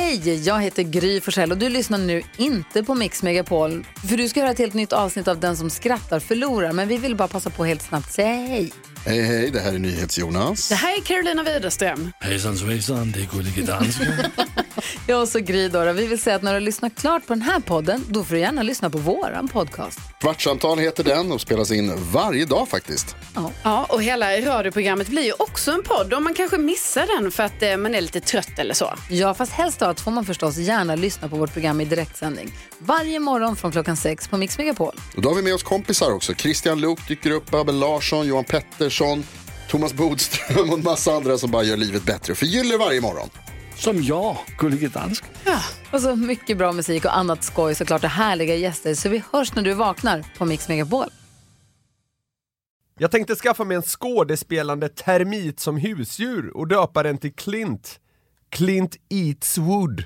Hej, jag heter Gry Forssell och du lyssnar nu inte på Mix Megapol. För du ska höra ett helt nytt avsnitt av Den som skrattar förlorar. Men vi vill bara passa på helt snabbt säga hej. Hej, hej, det här är NyhetsJonas. Det här är Carolina Widerström. Hejsan svejsan, det är Gullige Dansken. Jag och så Gry då. Vi vill säga att när du har lyssnat klart på den här podden, då får du gärna lyssna på våran podcast. Kvartsamtal heter den och spelas in varje dag faktiskt. Ja, och hela radioprogrammet blir ju också en podd om man kanske missar den för att man är lite trött eller så. Ja, fast helst då får man förstås gärna lyssna på vårt program i direktsändning. Varje morgon från 6:00 på Mix Megapol. Och då har vi med oss kompisar också. Christian Luuk dyker upp, Abel Larsson, Johan Pettersson, Thomas Bodström och en massa andra som bara gör livet bättre och förgyller varje morgon. Som jag, Gullige Dansken. Ja, och så mycket bra musik och annat skoj, såklart, och härliga gäster. Så vi hörs när du vaknar på Mix Megapol. Jag tänkte skaffa mig en skådespelande termit som husdjur och döpa den till Clint. Clint Eats Wood.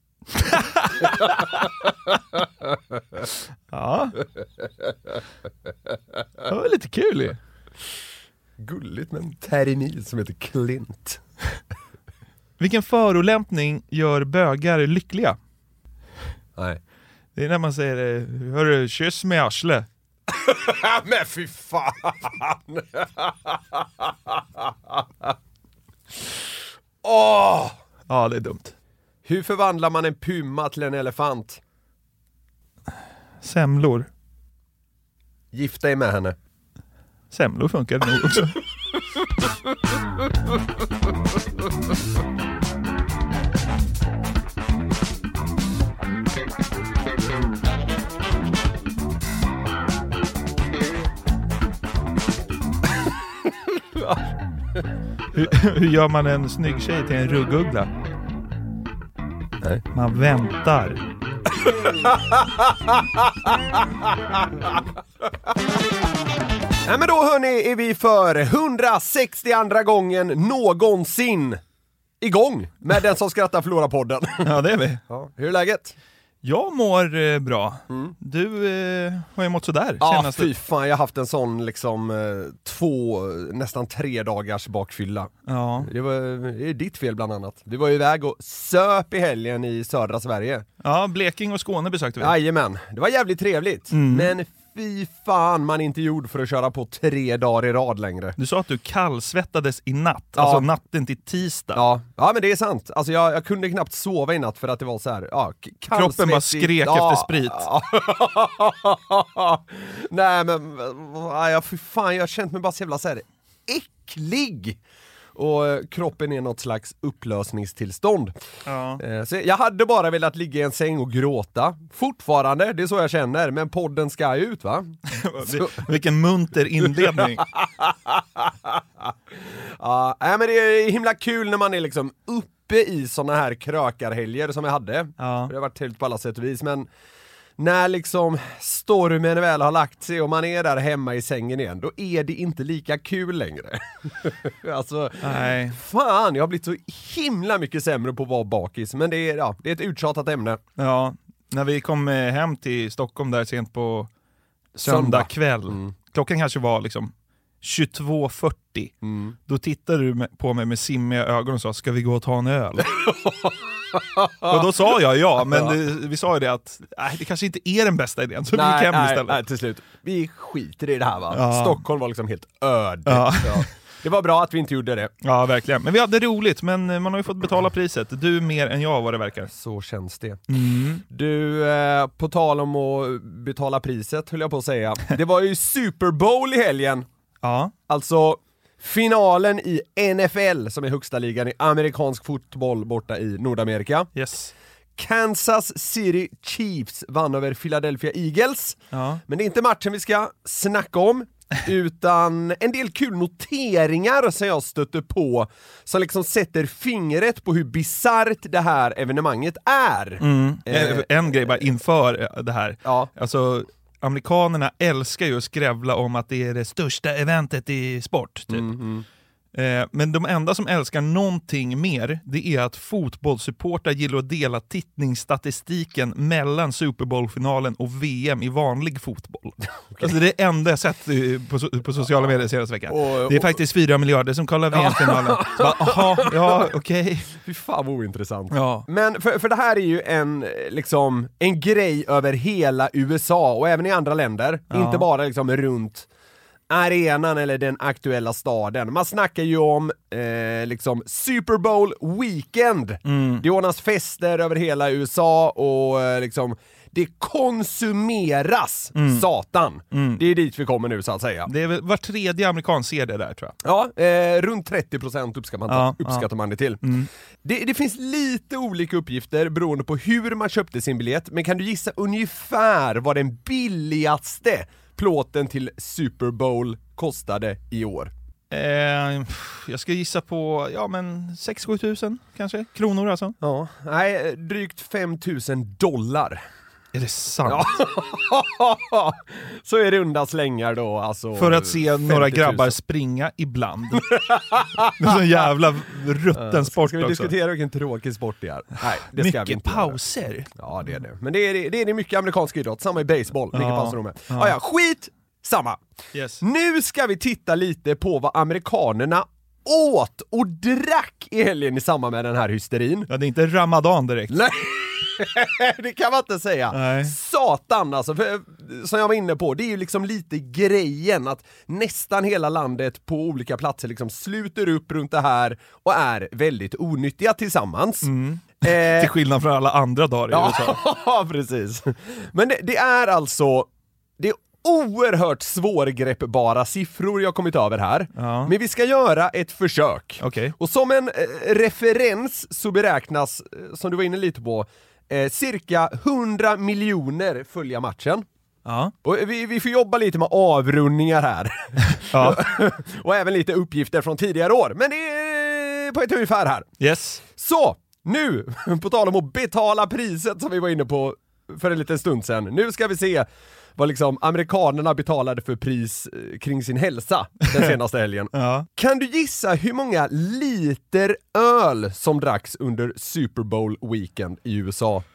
Ja. Det var lite kul ju. Gulligt med en termit som heter Clint. Vilken förolämpning gör bögar lyckliga? Nej. Det är när man säger, hörru, kyss med arsle. Men fy fan! Åh! Ja, det är dumt. Hur förvandlar man en puma till en elefant? Semlor. Gifta dig med henne. Semlor funkar nog också. Hur gör man en snygg tjej till en rugguggla? Nej. Man väntar. Nej, men då hörni är vi för 162 gången någonsin igång med Den som skrattar förlorar podden. Ja, det är vi. Ja, hur är läget? Jag mår bra. Du har ju mått sådär. Ja, fy fan, jag har haft en sån liksom nästan 3 dagars bakfylla. Ja. Det är ditt fel bland annat. Du var ju iväg och söp i helgen i södra Sverige. Ja, Blekinge och Skåne besökte vi. Jajamän, det var jävligt trevligt. Men fy fan, man är inte gjord för att köra på 3 dagar i rad längre. Du sa att du kallsvettades i natt, Ja. alltså natten till tisdag. Ja, men det är sant. Alltså jag kunde knappt sova i natt för att det var så här, Kroppen bara skrek efter sprit. Nej, men fy fan, jag har känt mig bara så jävla så här äcklig. Och kroppen är något slags upplösningstillstånd. Ja. Så jag hade bara velat ligga i en säng och gråta. Fortfarande, det är så jag känner. Men podden ska ut, va? Vilken munter inledning. Ja, men det är himla kul när man är liksom uppe i såna här krökarhelger som jag hade. Ja. Det har varit trevligt på alla sätt och vis, men när liksom stormen väl har lagt sig och man är där hemma i sängen igen, då är det inte lika kul längre. Alltså, nej. Fan, jag har blivit så himla mycket sämre på att vara bakis, men det är ett uttjatat ämne. Ja, när vi kom hem till Stockholm där sent på söndag kväll. Klockan kanske var liksom 22:40. Då tittade du på mig med simmiga ögon och sa, ska vi gå och ta en öl? Och då sa jag ja, men vi sa ju det att det kanske inte är den bästa idén, så vi gick hem istället. Nej, till slut. Vi skiter i det här, va? Ja. Stockholm var liksom helt öde. Ja. Ja. Det var bra att vi inte gjorde det. Ja, verkligen. Men vi hade roligt, men man har ju fått betala priset. Du mer än jag, vad det verkar. Så känns det. Du, på tal om att betala priset, höll jag på att säga. Det var ju Super Bowl i helgen. Ja. Alltså finalen i NFL, som är högsta ligan i amerikansk fotboll borta i Nordamerika. Yes. Kansas City Chiefs vann över Philadelphia Eagles. Ja. Men det är inte matchen vi ska snacka om, utan en del kul noteringar som jag stötte på som liksom sätter fingret på hur bizarrt det här evenemanget är. En grej bara inför det här. Ja. Alltså, amerikanerna älskar ju att skrävla om att det är det största eventet i sport. Typ. Men de enda som älskar någonting mer, det är att fotbollssupportrar gillar att dela tittningsstatistiken mellan Super Bowl-finalen och VM i vanlig fotboll. Alltså det är det enda jag sett på sociala medier senaste veckan. Det är faktiskt 4 miljarder som kollar VM-finalen. Ja, okej. Fy fan vad ointressant. Ja. Men för det här är ju en grej över hela USA och även i andra länder. Inte bara liksom runt arenan eller den aktuella staden. Man snackar ju om liksom Super Bowl weekend. Det ordnas fester över hela USA och liksom det konsumeras satan. Det är dit vi kommer nu så att säga. Det är väl var tredje amerikan ser det där tror jag. Ja, runt 30% uppskattar man det till. Det finns lite olika uppgifter beroende på hur man köpte sin biljett, men kan du gissa ungefär vad den billigaste plåten till Super Bowl kostade i år? Jag ska gissa på 6-7 tusen kanske, kronor alltså. Ja, nej, drygt $5,000. Är det sant? Ja. Så är det runda slängar då alltså. För att se några grabbar springa ibland. Det är en jävla rutten sport. Ska vi diskutera vilken tråkig sport det är? Nej, det ska mycket vi inte pauser. Göra. Ja, det är det. Men det är mycket amerikansk idrott. Samma i baseball. Vilka pausar de med? Ja, skit! Samma. Yes. Nu ska vi titta lite på vad amerikanerna åt och drack i helgen i samband med den här hysterin. Ja, det är inte Ramadan direkt. Nej, det kan man inte säga. Nej. Satan alltså, för, som jag var inne på, det är ju liksom lite grejen att nästan hela landet på olika platser liksom sluter upp runt det här och är väldigt onyttiga tillsammans. Till skillnad från alla andra dagar i USA. Ja, precis. Men det är alltså, det är oerhört svårgreppbara siffror jag kommit över här. Ja. Men vi ska göra ett försök. Okej. Och som en referens så beräknas, som du var inne lite på, cirka 100 miljoner följa matchen. Ja. Och vi får jobba lite med avrundningar här. Ja. Och även lite uppgifter från tidigare år. Men det är på ett ungefär här. Yes. Så, nu, på tal om att betala priset som vi var inne på för en liten stund sedan. Nu ska vi se vad liksom amerikanerna betalade för pris kring sin hälsa den senaste helgen. Ja. Kan du gissa hur många liter öl som dracks under Super Bowl weekend i USA?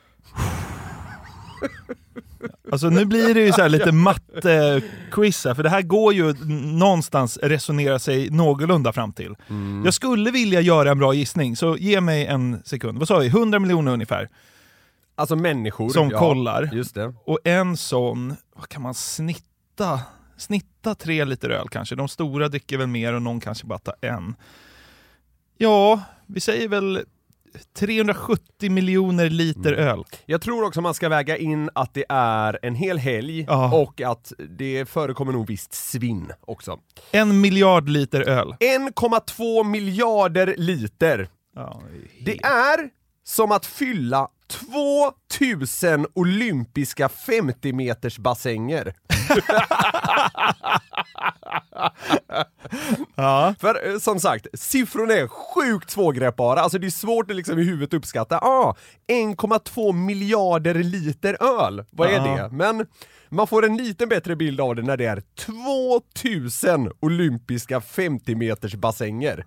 Alltså nu blir det ju så här lite matte-quiz här, för det här går ju någonstans resonera sig någorlunda fram till. Jag skulle vilja göra en bra gissning, så ge mig en sekund. Vad sa vi? 100 miljoner ungefär. Alltså människor som kollar. Just det. Och en sån, vad kan man snitta 3 liter öl kanske. De stora dricker väl mer och någon kanske bara tar en. Ja, vi säger väl 370 miljoner liter öl. Jag tror också man ska väga in att det är en hel helg och att det förekommer nog visst svinn också. 1 miljard liter öl. 1,2 miljarder liter. Ja, det är som att fylla 2000 olympiska 50-meters bassänger. Ja. För som sagt, siffrorna är sjukt svårgreppbara. Alltså det är svårt att liksom i huvudet uppskatta. 1,2 miljarder liter öl. Vad är det? Men man får en lite bättre bild av det när det är 2000 olympiska 50-meters bassänger.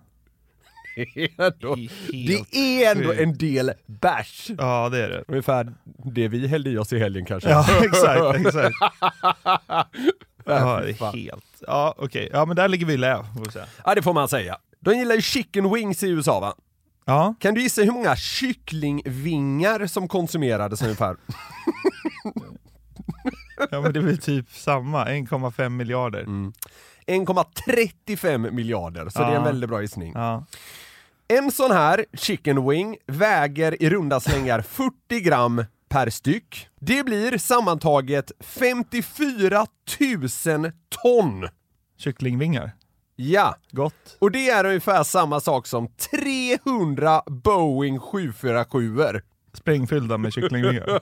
Det är ändå en del bash. Ja, det är det. Ungefär det vi hällde i oss i helgen kanske. Ja, exakt. Ja, det är helt. Ja, okej. Ja, men där ligger vi i lä. Ja, det får man säga. De gillar ju chicken wings i USA, va? Ja. Kan du gissa hur många kycklingvingar som konsumerades ungefär? Ja, men det blir typ samma. 1,5 miljarder. 1,35 miljarder, så det är en väldigt bra gissning. Ja. En sån här chicken wing väger i runda slängar 40 gram per styck. Det blir sammantaget 54 000 ton. Kycklingvingar. Ja. Gott. Och det är ungefär samma sak som 300 Boeing 747-er. Sprängfyllda med kycklingvingar.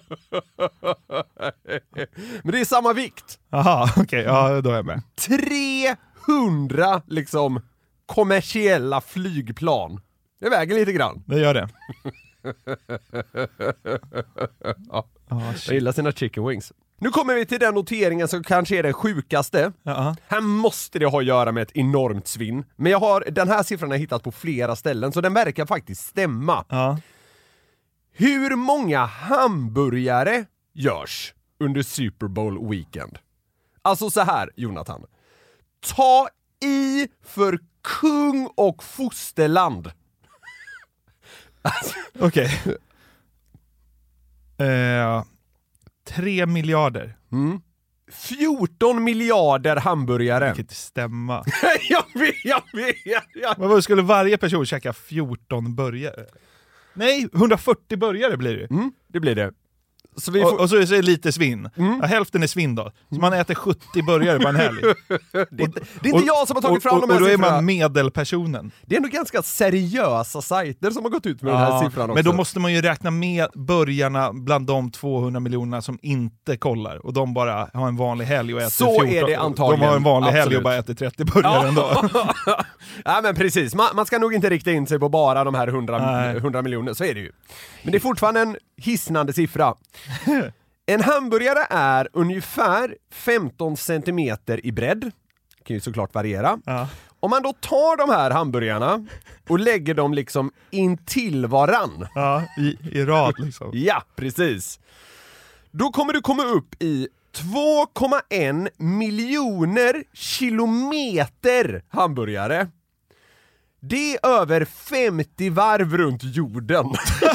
Men det är samma vikt. Aha, okej. Ja, då är jag med. 300 liksom kommersiella flygplan. Det väger lite grann. Det gör det. Jag gillar sina chicken wings. Nu kommer vi till den noteringen som kanske är den sjukaste. Här måste det ha att göra med ett enormt svinn. Men den här siffran har jag hittat på flera ställen, så den verkar faktiskt stämma. Hur många hamburgare görs under Super Bowl weekend? Alltså så här, Jonathan. Ta i för kung och fosterland. Okej. 3 miljarder. 14 miljarder hamburgare. Det kan inte stämma. jag vet. Men vad skulle varje person käka 14 burgare? Nej, 140 burgare blir det. Det blir det. Så och så är det lite svinn. Ja, hälften är svinn då. Så man äter 70 burgare på en helg. Det är inte jag som har tagit fram de här siffrorna. Och då är siffrorna. man medelpersonen. Det är ändå ganska seriösa sajter som har gått ut med den här siffran också. Men då måste man ju räkna med burgarna bland de 200 miljonerna som inte kollar. Och de bara har en vanlig helg och äter så 14. Är det antagligen. De har en vanlig helg Absolut. och bara äter 30 burgare ändå. Ja, men precis. Man ska nog inte rikta in sig på bara de här 100 miljoner. Så är det ju. Men det är fortfarande en hisnande siffra. En hamburgare är ungefär 15 centimeter i bredd. Det kan ju såklart variera. Om man då tar de här hamburgarna och lägger dem liksom intill varann. Ja, i rad liksom. Ja, precis. Då kommer du komma upp i 2,1 miljoner kilometer hamburgare. Det är över 50 varv runt jorden.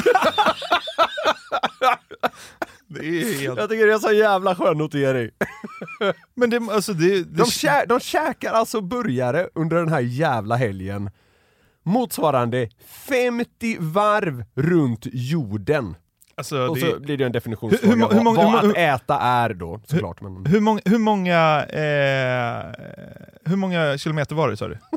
Det är helt... Jag tycker det är så jävla skön notering. Men det, alltså De käkar alltså burgare under den här jävla helgen motsvarande 50 varv runt jorden. Alltså, och så blir det en definitionsfråga vad att äta är då, såklart. Men... Hur många kilometer var det, sa du?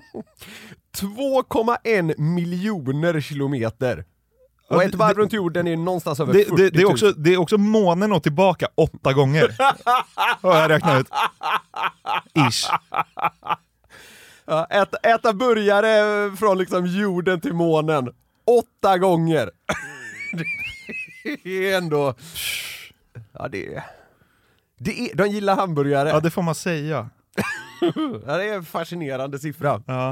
2,1 miljoner kilometer. Och ett varv runt jorden är någonstans över 40 000. Det är också månen och tillbaka 8 gånger. Har jag räknat ut. Ish. Ja, äta burgare från liksom jorden till månen 8 gånger. Det är ändå... Ja, de gillar hamburgare. Ja, det får man säga. Ja, det är en fascinerande siffra. Ja.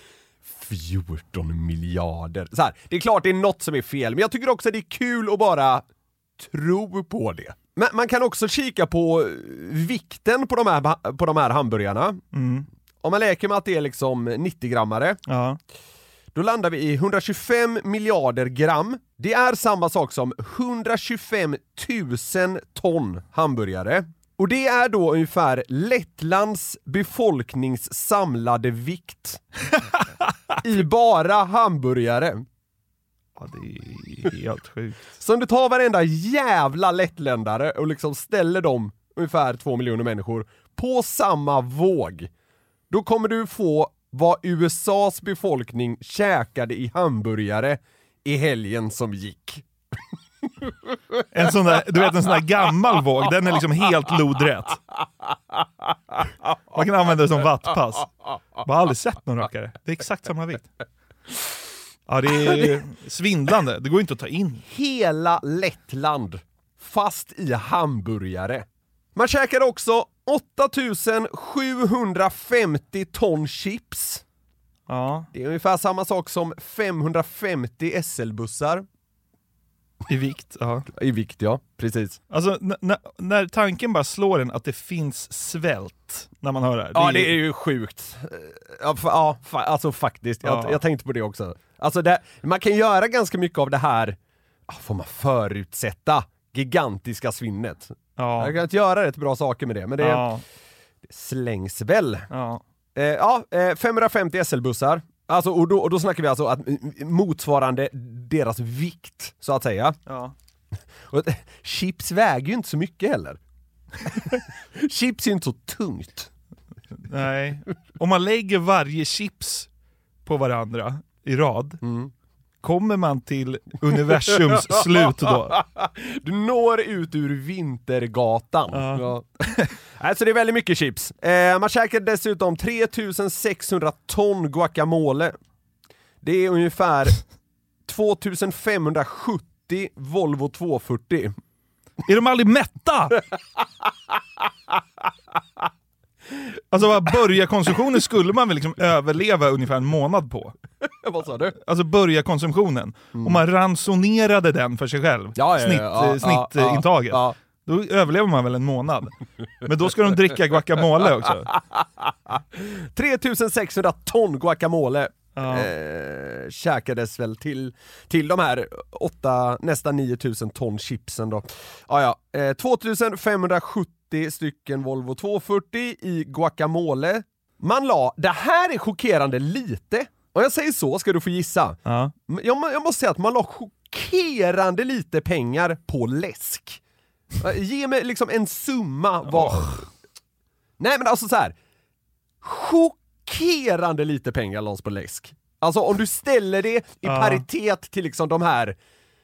14 miljarder. Så här, det är klart det är något som är fel, men jag tycker också att det är kul att bara tro på det. Men man kan också kika på vikten på de här hamburgarna. Om man leker med att det är liksom 90-grammare. Då landar vi i 125 miljarder gram. Det är samma sak som 125 000 ton hamburgare. Och det är då ungefär Lettlands befolknings samlade vikt i bara hamburgare. Ja, det är helt sjukt. Så om du tar varenda jävla lettländare och liksom ställer dem, ungefär 2 miljoner människor, på samma våg, då kommer du få vad USAs befolkning käkade i hamburgare i helgen som gick. En sån där gammal våg, den är liksom helt lodrätt. Man kan använda det som vattpass. Jag har aldrig sett någon rökare. Det är exakt samma vikt. Ja, det är svindlande. Det går inte att ta in. Hela Lettland fast i hamburgare. Man käkade också 8750 ton chips. Ja. Det är ungefär samma sak som 550 SL-bussar. I vikt, ja. I vikt, ja. Precis. Alltså, när tanken bara slår en att det finns svält när man hör det här. Ja, det är ju sjukt. Alltså faktiskt. Jag tänkte på det också. Alltså man kan göra ganska mycket av det här, får man förutsätta, gigantiska svinnet. Ja. Jag kan inte göra rätt bra saker med det, men det slängs väl. Ja. 550 SL-bussar. Alltså, och då snackar vi alltså att motsvarande deras vikt, så att säga. Ja. Och chips väger ju inte så mycket heller. Chips är ju inte så tungt. Nej. Om man lägger varje chips på varandra i rad, kommer man till universums slut då? Du når ut ur Vintergatan. Ja. Alltså det är väldigt mycket chips. Man käkar dessutom 3600 ton guacamole. Det är ungefär 2570 Volvo 240. Är de aldrig mätta? Alltså burgarkonsumtionen skulle man väl liksom överleva ungefär en månad på. Vad sa du? Alltså burgarkonsumtionen. Om man ransonerade den för sig själv. Snittintaget. Då överlever man väl en månad. Men då ska de dricka guacamole också. 3600 ton guacamole käkades väl till de här nästan 9000 ton chipsen då. 2570 stycken Volvo 240 i guacamole. Det här är chockerande lite. Om jag säger så ska du få gissa. Jag måste säga att man la chockerande lite pengar på läsk. Ge mig liksom en summa. Nej men alltså så här. Chockerande lite pengar lades på läsk. Alltså om du ställer det i paritet till liksom de här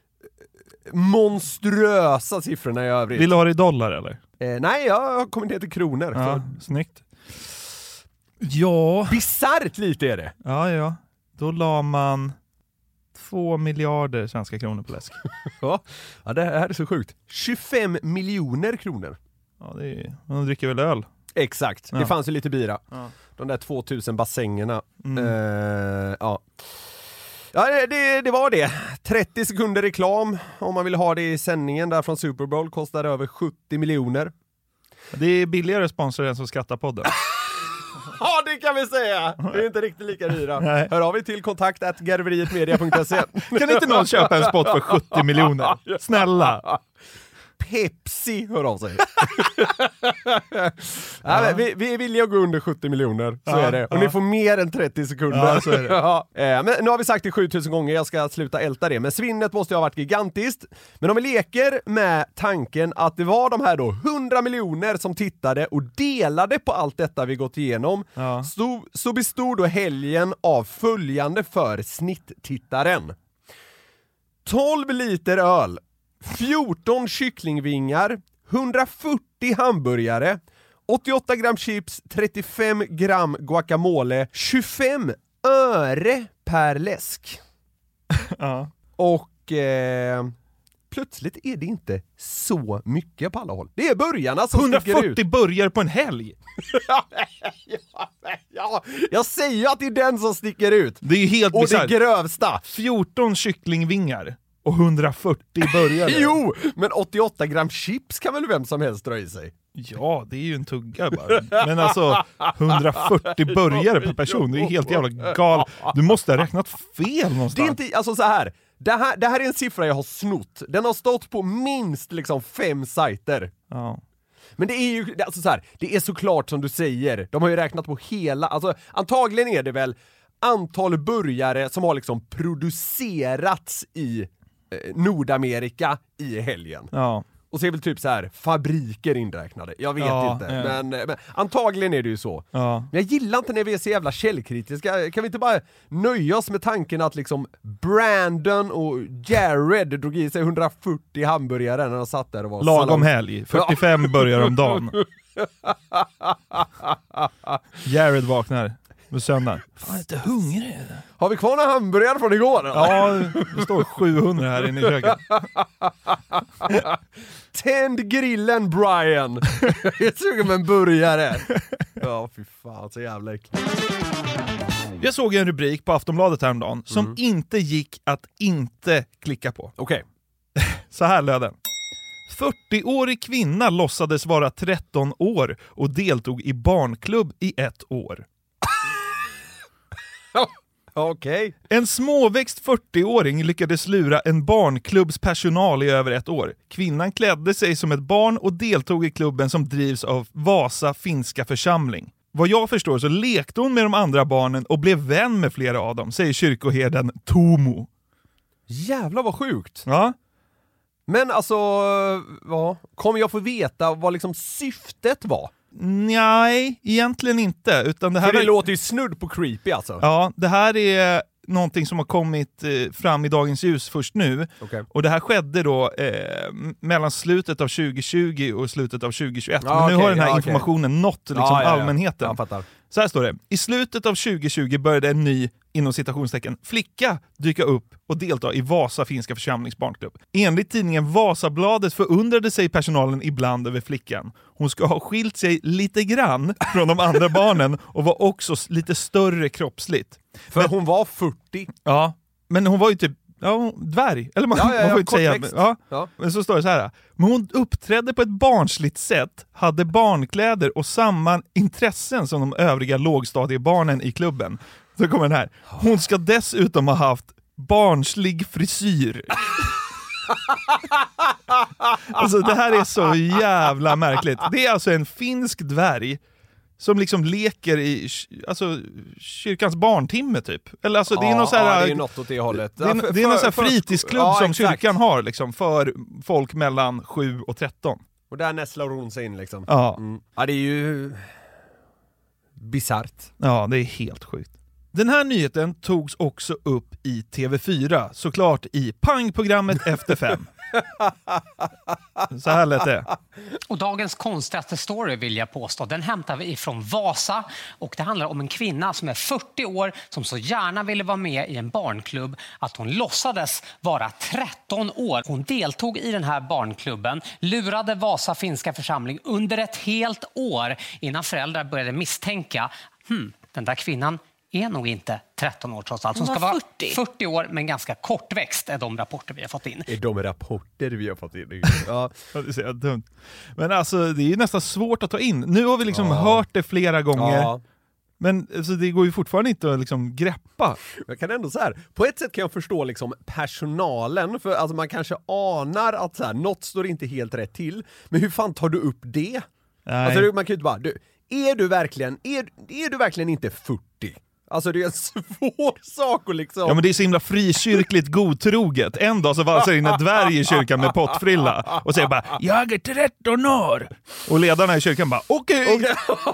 monstruösa siffrorna i övrigt. Vill du ha det i dollar eller? Nej, jag har kommit ner till kronor. Ja, snyggt. Ja. Bizarrt lite är det. Ja. Då la man 2 miljarder svenska kronor på läsk. Ja, det här är så sjukt. 25 miljoner kronor. Ja, man dricker väl öl. Exakt, det fanns ju lite bira. De där 2000 bassängerna. Det var det. 30 sekunder reklam om man vill ha det i sändningen där från Super Bowl kostar över 70 miljoner. Det är billigare sponsor än som skrattar podden. Ja, det kan vi säga. Det är inte riktigt lika dyra. Nej. Hör av er till kontakt@garverietmedia.se. Kan inte någon köpa en spot för 70 miljoner? Snälla. Pepsi hör av sig. Vi är villiga att gå under 70 miljoner. Så är det. Och ni får mer än 30 sekunder. Ja, så är det. Men nu har vi sagt det 7000 gånger. Jag ska sluta älta det. Men svinnet måste ju ha varit gigantiskt. Men om vi leker med tanken att det var de här då 100 miljoner som tittade och delade på allt detta vi gått igenom. Så bestod då helgen av följande för snitttittaren. 12 liter öl, 14 kycklingvingar, 140 hamburgare, 88 gram chips, 35 gram guacamole, 25 öre per läsk. Och plötsligt är det inte så mycket på alla håll. Det är burgarna som 140 burgare på en helg. Ja, jag säger ju att det är den som sticker ut. Det är helt och bizarrt. Det grövsta. 14 kycklingvingar och 140 burgare. Jo, men 88 gram chips kan väl vem som helst dra i sig? Ja, det är ju en tugga bara. Men alltså 140 burgare per person, det är helt jävla gal. Du måste ha räknat fel någonstans. Det är inte, alltså så här. Det här är en siffra jag har snott. Den har stått på minst liksom 5 sajter. Ja. Men det är ju alltså så här, det är såklart som du säger. De har ju räknat på hela, alltså antagligen är det väl antal burgare som har liksom producerats i Nordamerika i helgen. Ja. Och så är väl typ så här fabriker inräknade. Jag vet inte. Ja. Men antagligen är det ju så. Ja. Men jag gillar inte när vi är så jävla källkritiska. Kan vi inte bara nöja oss med tanken att liksom Brandon och Jared drog i sig 140 hamburgare när de satt där och var lagom helg. 45 burgare om dagen. Jared vaknar med söndag. Fan, inte hungrig. Har vi kvar några hamburgare från igår? Eller? Ja, det står 700 här inne i köket. Tänd grillen, Brian. Jag suger med en burgare. Ja, fy fan, så jävla äckligt. Jag såg en rubrik på Aftonbladet häromdagen som inte gick att inte klicka på. Okej. Så här löd den. 40-årig kvinna låtsades vara 13 år och deltog i barnklubb i 1 år. Okej. En småväxt 40-åring lyckades lura en barnklubbs personal i över 1 år. Kvinnan klädde sig som ett barn och deltog i klubben som drivs av Vasa finska församling. Vad jag förstår så lekte hon med de andra barnen och blev vän med flera av dem, säger kyrkoherden Tomo. Jävlar vad sjukt. Ja. Men alltså, kommer jag få veta vad liksom syftet var? Nej, egentligen inte. Utan det här för det låter ju snudd på creepy alltså. Ja, det här är någonting som har kommit fram i dagens ljus först nu. Okay. Och det här skedde då mellan slutet av 2020 och slutet av 2021. Men nu har den här informationen nått liksom allmänheten. Jag fattar. Så här står det. I slutet av 2020 började en ny inom citationstecken, flicka dyka upp och delta i Vasa finska församlingsbarnklubb. Enligt tidningen Vasabladet förundrade sig personalen ibland över flickan. Hon ska ha skilt sig lite grann från de andra barnen och var också lite större kroppsligt. För hon var 40. Ja, men hon var ju typ dvärg. Eller man får inte säga. Ja. Men så står det så här. Men hon uppträdde på ett barnsligt sätt, hade barnkläder och samma intressen som de övriga lågstadiebarnen i klubben. Så kommer den här. Hon ska dessutom ha haft barnslig frisyr. Alltså det här är så jävla märkligt. Det är alltså en finsk dvärg som liksom leker i kyrkans barntimme typ. Eller alltså det är något så här, det är något åt det hållet. Det är någon så här fritidsklubb som kyrkan har liksom för folk mellan 7 och 13. Och där nästlar hon sig in liksom. Ja. Ja, det är ju bizarrt. Ja, det är helt sjukt. Den här nyheten togs också upp i TV4, såklart i Pang-programmet Efter 5. Så här lät det. Och dagens konstigaste story vill jag påstå, den hämtar vi ifrån Vasa och det handlar om en kvinna som är 40 år som så gärna ville vara med i en barnklubb att hon låtsades vara 13 år. Hon deltog i den här barnklubben, lurade Vasa finska församling under ett helt år innan föräldrar började misstänka den där kvinnan är nog inte 13 år trots allt. Hon ska vara 40 år men ganska kortväxt är de rapporter vi har fått in. Är de rapporter vi har fått in? Ja. Det är så dumt. Men alltså det är ju nästan svårt att ta in. Nu har vi liksom hört det flera gånger. Ja. Men alltså, det går ju fortfarande inte att liksom greppa. Jag kan ändå så här, på ett sätt kan jag förstå liksom personalen, för alltså man kanske anar att så här, något står inte helt rätt till. Men hur fan tar du upp det? Alltså man kan ju inte bara, är du verkligen inte 40? Alltså det är en svår sak att liksom... Ja men det är så himla frikyrkligt godtroget. En dag så valsar in en dvärg i kyrkan med pottfrilla och säger bara jag är 13 år. Och ledarna i kyrkan bara okej.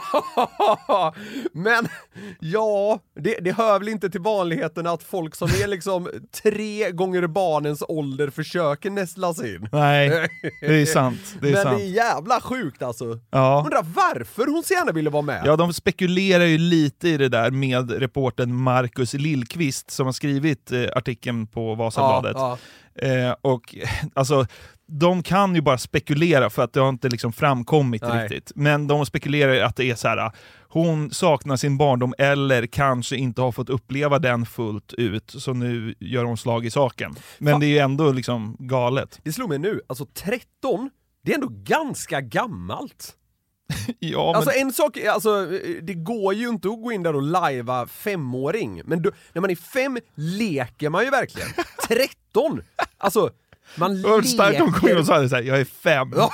Men ja, det hör väl inte till vanligheten att folk som är liksom 3 gånger barnens ålder försöker nästlas in. Nej, det är sant. Men det är jävla sjukt alltså. Ja. Undrar varför hon så gärna ville vara med. Ja, de spekulerar ju lite i det där med reporten Marcus Lillqvist som har skrivit artikeln på Vasabladet. Och alltså de kan ju bara spekulera för att det har inte liksom framkommit riktigt. Men de spekulerar att det är så här: hon saknar sin barndom eller kanske inte har fått uppleva den fullt ut, så nu gör hon slag i saken. Men det är ju ändå liksom galet. Det slog mig nu, alltså 13, det är ändå ganska gammalt. Ja, men... Alltså en sak, alltså det går ju inte att gå in där och lajva 5-åring. Men när man är 5 leker man ju verkligen. 13! Alltså, man leker... Starkt hon kom in och sa det så här, jag är 5. Ja.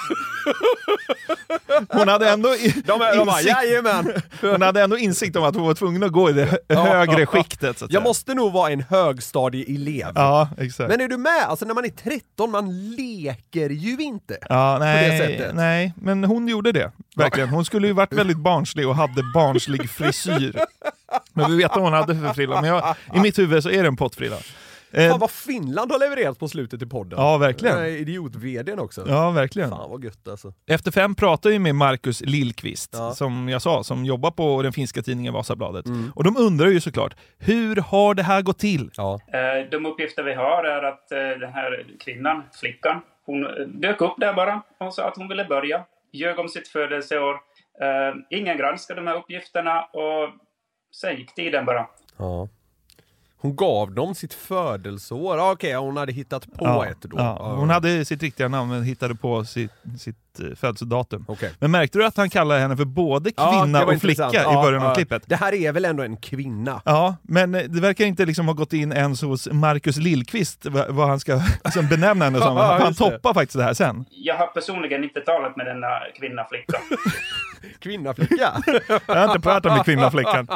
Hon hade ändå hon hade ändå insikt om att hon var tvungen att gå i det högre skiktet. Så att jag måste nog vara en högstadieelev. Ja, exakt. Men är du med? Alltså när man är 13, man leker ju inte. Ja, nej, på det sättet. Nej, men hon gjorde det. Verkligen. Hon skulle ju varit väldigt barnslig och hade barnslig frisyr. Men vi vet vad hon hade för frilla. Men i mitt huvud så är det en pottfrilla. Fan vad Finland har levererat på slutet i podden. Ja, verkligen. Idiot-vdn också. Ja, verkligen. Fan vad gött alltså. Efter 5 pratar ju med Marcus Lillqvist, som jag sa, som jobbar på den finska tidningen Vasabladet. Och de undrar ju såklart, hur har det här gått till? Ja. De uppgifter vi har är att den här kvinnan, flickan, hon dök upp där bara och sa att hon ville börja. Ljög om sitt födelseår. Ingen granskade de här uppgifterna och sen gick tiden bara. Ja. Hon gav dem sitt födelseår. Okej, hon hade hittat på ett då. Ja. Hon hade sitt riktiga namn men hittade på sitt födelsedatum. Okay. Men märkte du att han kallade henne för både kvinna och flicka i början av klippet? Det här är väl ändå en kvinna? Ja, men det verkar inte liksom ha gått in ens hos Marcus Lillqvist vad han ska liksom benämna henne som. Han toppar faktiskt det här sen. Jag har personligen inte talat med denna kvinna-flicka. Kvinna-flicka? Jag har inte pratat med kvinna-flickan.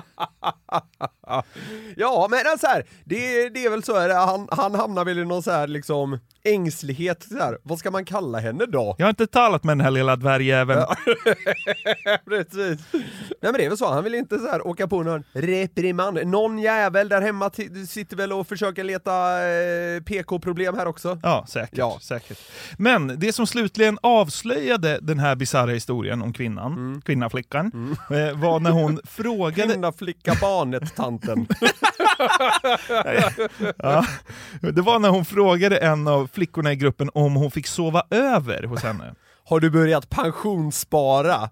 Ja, men så här, det är väl så här, han hamnar väl i någon så här liksom ängslighet. Så här. Vad ska man kalla henne då? Jag har inte talat med den här lilla dvärgjäveln. Precis. Nej, men det är väl så. Han vill inte så här åka på någon reprimand. Någon jävel där hemma sitter väl och försöker leta PK-problem här också. Ja, säkert. Men det som slutligen avslöjade den här bizarra historien om kvinnaflickan, var när hon frågade... Kvinnaflicka-barnet-tanten. Ja, det var när hon frågade en av flickorna i gruppen om hon fick sova över hos henne. Har du börjat pensionsspara?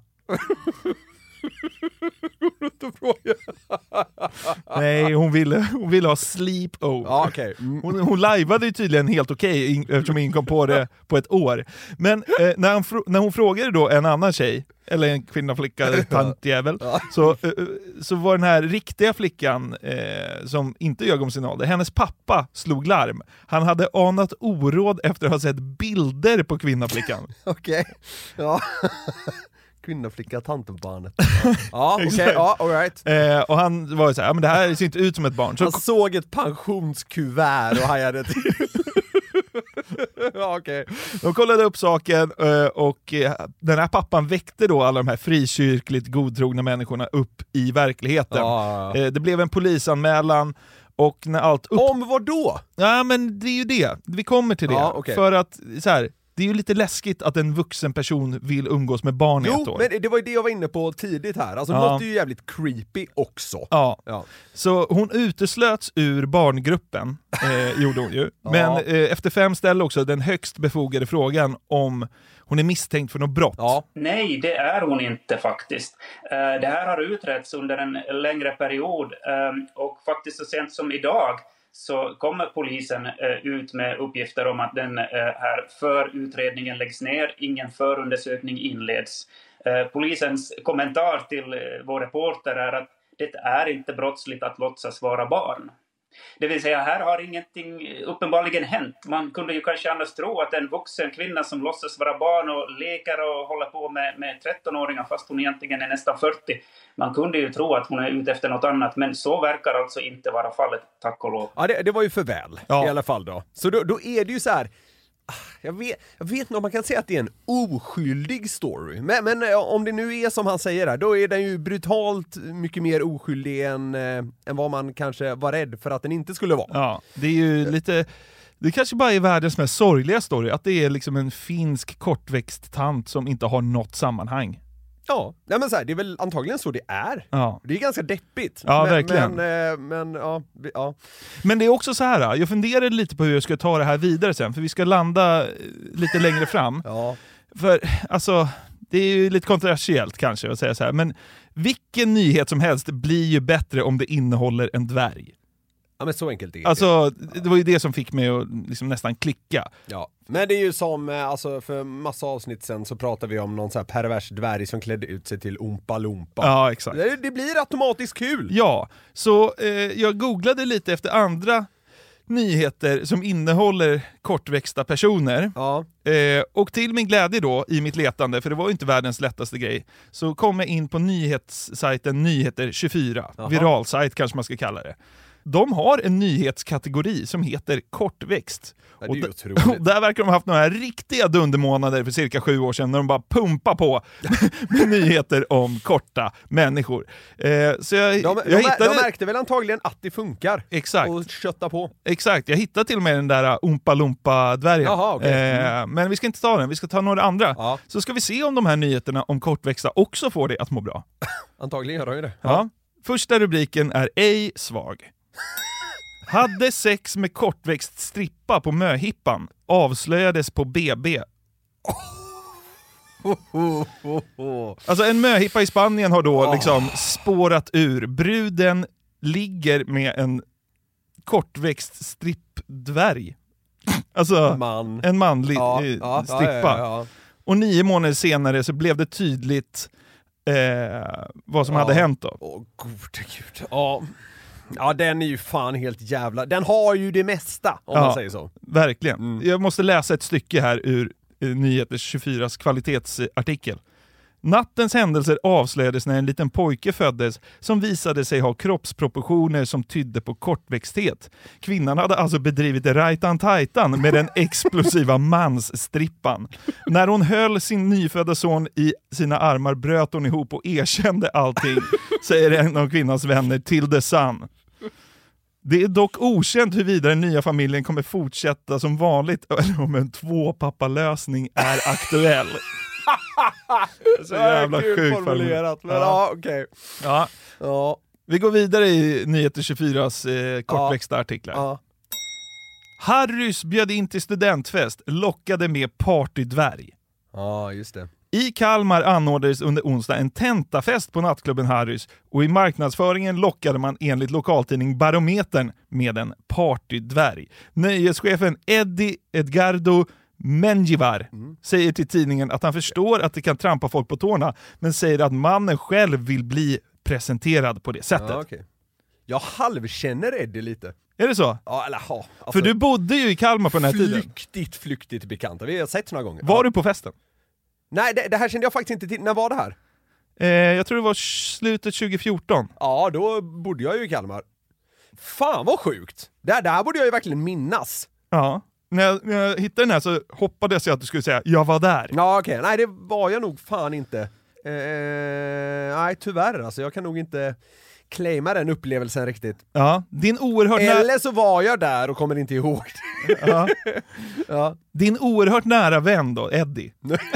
Nej, hon ville ha sleep over. Ja, okay. Hon lajvade ju tydligen helt okej eftersom ingen kom på det på ett år. Men när hon frågade då en annan tjej, eller en kvinnaflicka, tantjävel, så var den här riktiga flickan som inte ljög om sin ålder, hennes pappa slog larm. Han hade anat oråd efter att ha sett bilder på kvinnaflickan. Okej, ja. Kvinnaflicka, tantenbarnet. Ja, okej, ja, all right. Och han var ju så här, men det här ser inte ut som ett barn. Så han såg ett pensionskuvert och hajade till. Ja, okej. De kollade upp saken och den här pappan väckte då alla de här frikyrkligt godtrogna människorna upp i verkligheten. Det blev en polisanmälan. Och när allt om vad då? Ja, men det är ju det. Vi kommer till det. Ja, okay. För att så här, det är ju lite läskigt att en vuxen person vill umgås med barn i ett år. Men det var ju det jag var inne på tidigt här. Alltså något är ju jävligt creepy också. Ja. Så hon uteslöts ur barngruppen, gjorde hon ju. Men efter 5 ställde också den högst befogade frågan om hon är misstänkt för något brott. Ja. Nej, det är hon inte faktiskt. Det här har utretts under en längre period och faktiskt så sent som idag så kommer polisen ut med uppgifter om att den här förutredningen läggs ner, ingen förundersökning inleds. Polisens kommentar till vår reporter är att det är inte brottsligt att låtsas vara barn. Det vill säga, här har ingenting uppenbarligen hänt. Man kunde ju kanske annars tro att en vuxen kvinna som låtsas vara barn och leker och håller på med 13-åringar fast hon egentligen är nästan 40. Man kunde ju tro att hon är ute efter något annat, men så verkar alltså inte vara fallet, tack och lov. Ja, det var ju för väl i alla fall då. Så då är det ju så här. Jag vet inte om man kan säga att det är en oskyldig story. Men om det nu är som han säger här, då är den ju brutalt mycket mer oskyldig än vad man kanske var rädd för att den inte skulle vara. Ja, det är ju lite... Det kanske bara är världens mest sorgliga story, att det är liksom en finsk kortväxt tant som inte har något sammanhang. Ja, nej men så här, det är väl antagligen så det är. Ja. Det är ganska deppigt. Ja, verkligen. Men ja. Men det är också så här, jag funderade lite på hur jag ska ta det här vidare sen, för vi ska landa lite längre fram. Ja. För alltså, det är ju lite kontroversiellt kanske att säga så här, men vilken nyhet som helst blir ju bättre om det innehåller en dvärg. Ja, men så enkelt är det. Alltså, det var ju det som fick mig att liksom nästan klicka. Ja, men det är ju som, alltså för massa avsnitt sen så pratar vi om någon så här pervers dvärg som klädde ut sig till Oompa Loompa. Ja, exakt. Det blir automatiskt kul. Ja, så jag googlade lite efter andra nyheter som innehåller kortväxta personer. Ja. Och till min glädje då, i mitt letande, för det var ju inte världens lättaste grej, så kom jag in på nyhetssajten Nyheter 24. Aha. Viralsajt kanske man ska kalla det. De har en nyhetskategori som heter kortväxt. Ja, det är och där verkar de ha haft några riktiga dundermånader för cirka 7 år sedan när de bara pumpar på med nyheter om korta människor. Så de märkte väl antagligen att det funkar. Exakt. Och kötta på. Exakt, jag hittade till och med den där Oompa Loompa-dvärgen. Jaha, okay. Men vi ska inte ta den, vi ska ta några andra. Ja. Så ska vi se om de här nyheterna om kortväxta också får det att må bra. Antagligen gör de ju det. Ja. Första rubriken är ej svag. Hade sex med kortväxt strippa på möhippan. Avslöjades på BB. Alltså en möhippa i Spanien har då liksom spårat ur. Bruden ligger med en kortväxt strippdvärg. Alltså en manlig strippa. Ja. Och 9 månader senare så blev det tydligt vad som hade hänt då. Gode gud. Ja, den är ju fan helt jävla... Den har ju det mesta, om man säger så. Verkligen. Jag måste läsa ett stycke här ur Nyheter 24s kvalitetsartikel. Nattens händelser avslöjades när en liten pojke föddes som visade sig ha kroppsproportioner som tydde på kortväxthet. Kvinnan hade alltså bedrivit rajtan-tajtan med den explosiva mansstrippan. När hon höll sin nyfödda son i sina armar bröt hon ihop och erkände allting, säger en av kvinnans vänner till The Sun. Det är dock okänt huruvida den nya familjen kommer fortsätta som vanligt eller om en tvåpappalösning är aktuell. Så jävla sjukt formulerat. Men ja, okej. Ja. Ja. Vi går vidare i Nyheter 24s kortväxta artiklar. Ja. Harrys bjöd in till studentfest, lockade med partydvärg. Ja, just det. I Kalmar anordnades under onsdag en tentafest på nattklubben Harrys och i marknadsföringen lockade man enligt lokaltidning Barometern med en partydvärg. Nöjeschefen Eddie Edgardo Menjivar säger till tidningen att han förstår att det kan trampa folk på tårna, men säger att mannen själv vill bli presenterad på det sättet. Ja, okay. Jag halvkänner Eddie lite. Är det så? Ja, eller ja. Alltså, för du bodde ju i Kalmar på den här tiden. Flyktigt bekanta. Vi har sett några gånger. Var du på festen? Nej, det här kände jag faktiskt inte till. När var det här? Jag tror det var slutet 2014. Ja, då bodde jag ju i Kalmar. Fan vad sjukt. Det här borde jag ju verkligen minnas. Ja. När jag hittade den här så hoppades jag att du skulle säga jag var där. Ja, okej. Nej, det var jag nog fan inte. Nej, tyvärr. Alltså, jag kan nog inte claima den upplevelsen riktigt. Ja, din oerhört eller så var jag där och kommer inte ihåg det. Ja. Ja. Din oerhört nära vän då, Eddie,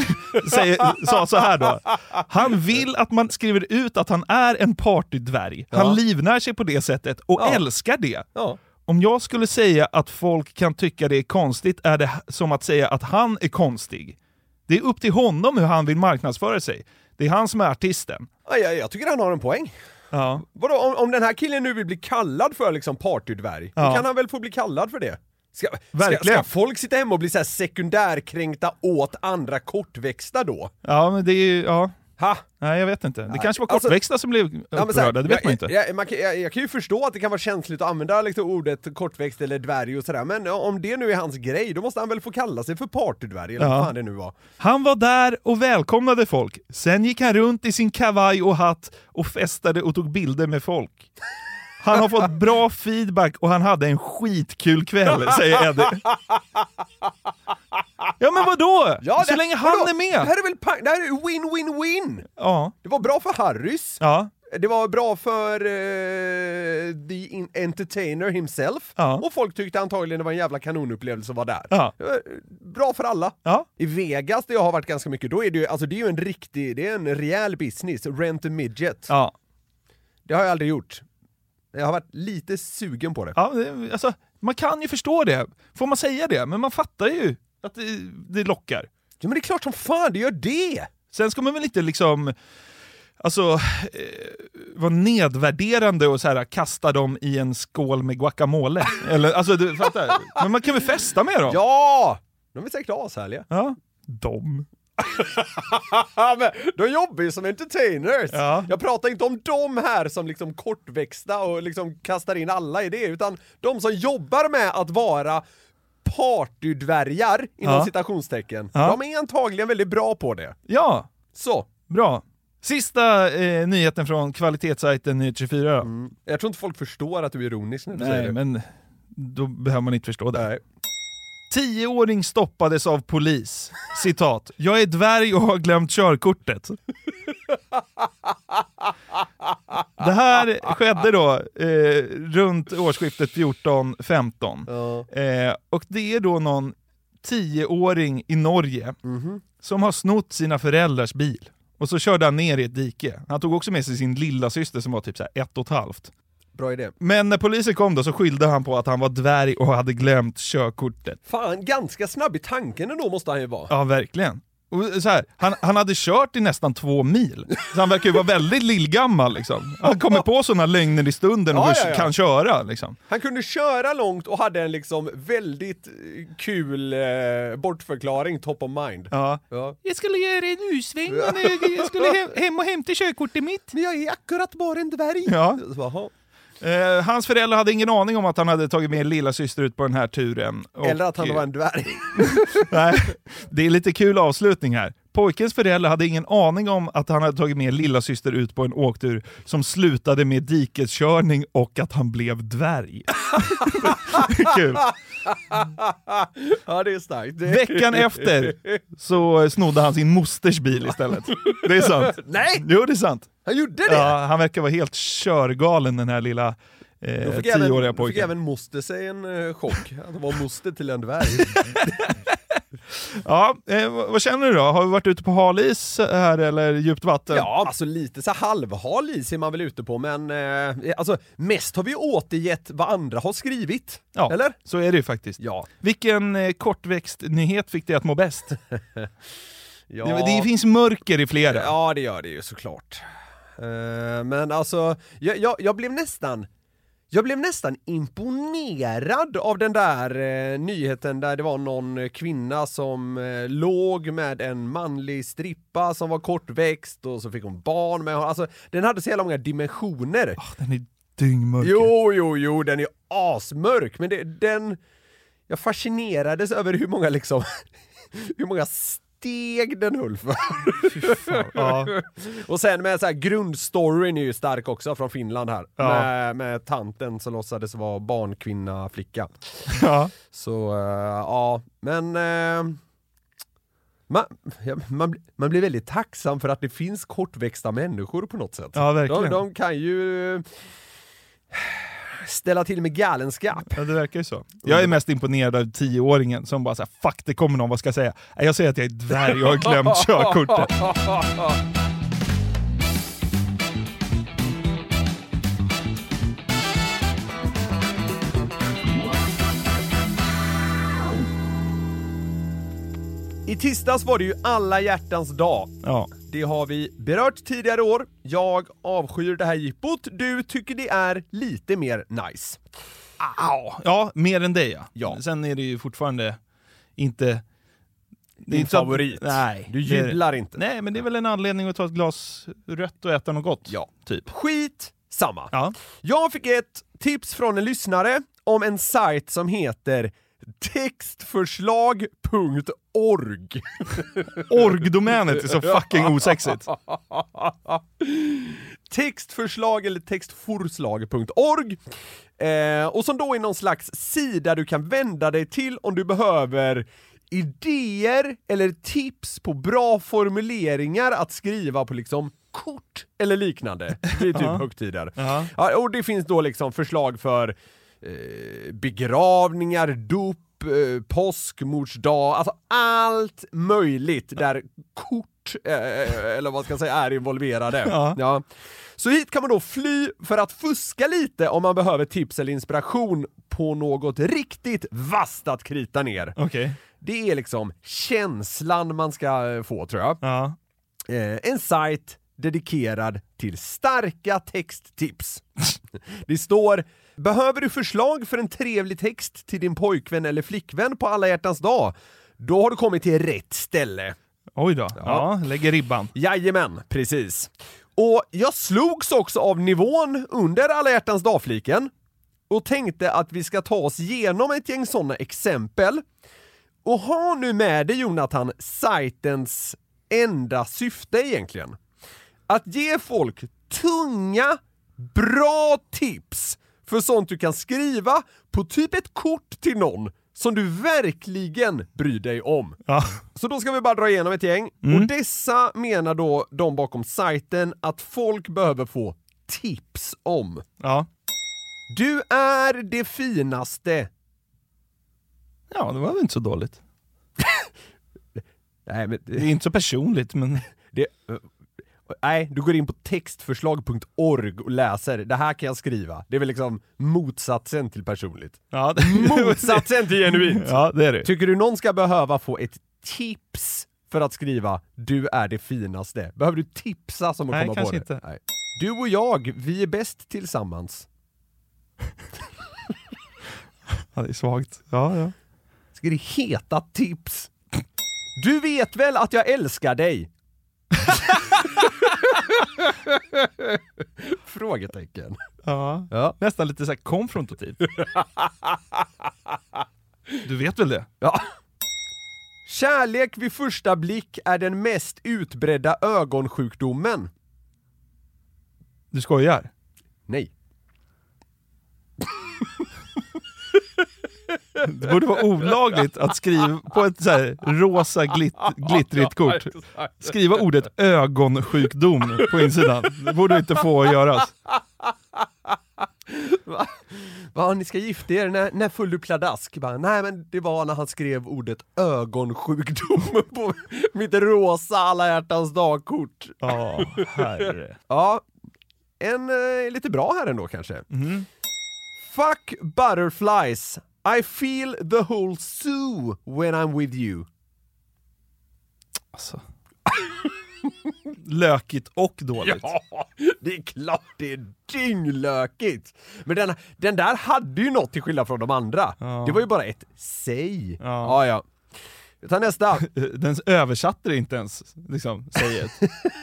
sa så här då. Han vill att man skriver ut att han är en partydvärg. Han livnär sig på det sättet och älskar det. Ja. Om jag skulle säga att folk kan tycka det är konstigt är det som att säga att han är konstig. Det är upp till honom hur han vill marknadsföra sig. Det är han som är artisten. Ja, jag tycker han har en poäng. Ja. Vadå, om den här killen nu vill bli kallad för liksom partydvärg, då kan han väl få bli kallad för det? Ska folk sitta hemma och bli så här sekundärkränkta åt andra kortväxta då? Ja, men det är ju... Ja. Ha? Nej, jag vet inte. Det kanske var kortväxta som blev upprörda, det vet man inte. Jag kan ju förstå att det kan vara känsligt att använda liksom ordet kortväxt eller dvärg och sådär, men om det nu är hans grej, då måste han väl få kalla sig för partydvärg, eller vad fan det nu var. Han var där och välkomnade folk. Sen gick han runt i sin kavaj och hatt och festade och tog bilder med folk. Han har fått bra feedback och han hade en skitkul kväll, säger Eddie. Ja, men vadå? Ja, så länge han är med. Det här är win-win-win. Ja. Det var bra för Harrys. Ja. Det var bra för the entertainer himself. Ja. Och folk tyckte antagligen det var en jävla kanonupplevelse att vara där. Ja. Bra för alla. Ja. I Vegas, där jag har varit ganska mycket, då är det ju, alltså det är ju en rejäl business. Rent a midget. Ja. Det har jag aldrig gjort. Jag har varit lite sugen på det. Ja, alltså, man kan ju förstå det. Får man säga det? Men man fattar ju att det lockar. Ja, men det är klart som fan det gör det. Sen ska man väl inte liksom... Alltså, vara nedvärderande och så här, kasta dem i en skål med guacamole. Eller, alltså, du fattar. Men man kan väl festa med dem? Ja! De är säkert ashärliga. Ja, de... Men de jobbar ju som entertainers. Ja. Jag pratar inte om de här som liksom kortväxta och liksom kastar in alla i det, utan de som jobbar med att vara partydvärgar inom citationstecken. Ja. De är antagligen väldigt bra på det. Ja. Så. Bra. Sista nyheten från kvalitetssajten Nyhet 24. Jag tror inte folk förstår att du är ironisk när du säger det. Men då behöver man inte förstå det. Nej. 10-åring stoppades av polis. Citat. Jag är dvärg och har glömt körkortet. Det här skedde då runt årsskiftet 14-15. Och det är då någon 10-åring i Norge som har snott sina föräldrars bil. Och så körde han ner i ett dike. Han tog också med sig sin lilla syster som var typ så här 1,5. Bra idé. Men när polisen kom då så skyllde han på att han var dvärg och hade glömt körkortet. Fan, ganska snabb i tanken ändå måste han ju vara. Ja, verkligen. Och så här, han hade kört i nästan 2 mil. Så han verkar ju vara väldigt lillgammal liksom. Han kommer på sådana lögner i stunden och kan köra liksom. Han kunde köra långt och hade en liksom väldigt kul bortförklaring top of mind. Ja. Jag skulle göra en usväng. Jag skulle hem och hämta körkortet mitt. Men jag är akkurat bara en dvärg. Ja. Hans föräldrar hade ingen aning om att han hade tagit med lilla syster ut på den här turen. Eller att han var en dvärg. Nej, det är lite kul avslutning här. Pojkens föräldrar hade ingen aning om att han hade tagit med lilla syster ut på en åktur som slutade med dikeskörning och att han blev dvärg. Kul. Ja, det är starkt. Veckan efter så snodde han sin mosters bil istället. Det är sant. Nej! Jo, det är sant. Han gjorde det? Ja, han verkar vara helt körgalen, den här lilla 10-åriga pojken. Då fick även moster sig en chock. Att han var moster till en dvärg. Ja, vad känner du då? Har vi varit ute på halis här eller djupt vatten? Ja, alltså lite så halvhal is är man väl ute på, men alltså mest har vi återgett vad andra har skrivit. Ja, eller? Så är det ju faktiskt. Ja. Vilken kortväxt nyhet fick dig att må bäst? Ja. Det finns mörker i flera. Ja, det gör det ju såklart. Men alltså, jag blev nästan imponerad av den där nyheten där det var någon kvinna som låg med en manlig strippa som var kortväxt och så fick hon barn med honom. Alltså, den hade så jävla många dimensioner. Den är dyngmörk. Jo, den är asmörk, men jag fascinerades över hur många liksom hur många steg den höll för. Ja. Och sen med så här, grundstoryn är ju stark också från Finland här. Ja. Med tanten som låtsades vara barnkvinna, flicka. Ja. Så ja, men man blir väldigt tacksam för att det finns kortväxta människor på något sätt. Ja, verkligen. De kan ju ställa till med galenskap. Ja, det verkar ju så. Jag är mest imponerad av 10-åringen som bara såhär, fuck, det kommer någon, vad ska jag säga? Jag säger att jag är dvärg och har glömt körkortet. I tisdags var det ju alla hjärtans dag. Ja. Det har vi berört tidigare år. Jag avskyr det här jippot. Du tycker det är lite mer nice. Ja, mer än det Ja. Sen är det ju fortfarande inte... Det Din favorit. Nej. Du jublar inte. Nej, men det är väl en anledning att ta ett glas rött och äta något gott. Ja. Typ. Skit samma. Ja. Jag fick ett tips från en lyssnare om en sajt som heter textförslag.org. Org-domänet är så fucking osexigt. Textförslag eller textforslag.org. Och som då är någon slags sida du kan vända dig till om du behöver idéer eller tips på bra formuleringar att skriva på liksom kort eller liknande. Det är typ högtider. Ja, och det finns då liksom förslag för begravningar, dop, påskmordsdag, alltså allt möjligt där kort eller vad ska jag säga är involverade. Ja. Så hit kan man då fly för att fuska lite om man behöver tips eller inspiration på något riktigt vasst att krita ner. Okay. Det är liksom känslan man ska få, tror jag. Ja. En sajt dedikerad till starka texttips. Det står: behöver du förslag för en trevlig text till din pojkvän eller flickvän på alla hjärtans dag? Då har du kommit till rätt ställe. Oj då, ja, lägger ribban. Jajamän, precis. Och jag slogs också av nivån under alla hjärtans dag-fliken och tänkte att vi ska ta oss igenom ett gäng sådana exempel. Och ha nu med dig, Jonathan, sajtens enda syfte egentligen. Att ge folk tunga, bra tips för sånt du kan skriva på typ ett kort till någon som du verkligen bryr dig om. Ja. Så då ska vi bara dra igenom ett gäng. Och dessa menar då de bakom sajten att folk behöver få tips om. Ja. Du är det finaste. Ja, det var väl inte så dåligt. Nej, men Det är inte så personligt, men... Nej, du går in på textförslag.org och läser. Det här kan jag skriva. Det är väl liksom motsatsen till personligt. Ja, Motsatsen till genuint. Ja, det är det. Tycker du någon ska behöva få ett tips för att skriva du är det finaste? Behöver du tipsa som att Nej, komma på kanske det? inte. Nej. Du och jag, vi är bäst tillsammans. Ja, det är svagt. Ja. Ska det heta tips? Du vet väl att jag älskar dig? Frågetecken. Ja. Nästan lite så här konfrontativt. Du vet väl det? Ja. Kärlek vid första blick är den mest utbredda ögonsjukdomen. Du skojar? Nej. Det borde vara olagligt att skriva på ett så här rosa glittrigt kort. Skriva ordet ögonsjukdom på insidan. Det borde inte få göras. Va, ni ska gifta er när full du pladask? Bara, nej, men det var när han skrev ordet ögonsjukdom på mitt rosa alla hjärtans dagkort. Ja, herre. Ja, en lite bra här ändå kanske. Fuck butterflies. I feel the whole zoo when I'm with you. Alltså. Lökigt och dåligt. Ja, det är klart det är dynglökigt. Men den där hade ju något till skillnad från de andra. Ja. Det var ju bara ett säg. Ja. Vi tar nästa. Den översatte det inte ens, liksom, säget.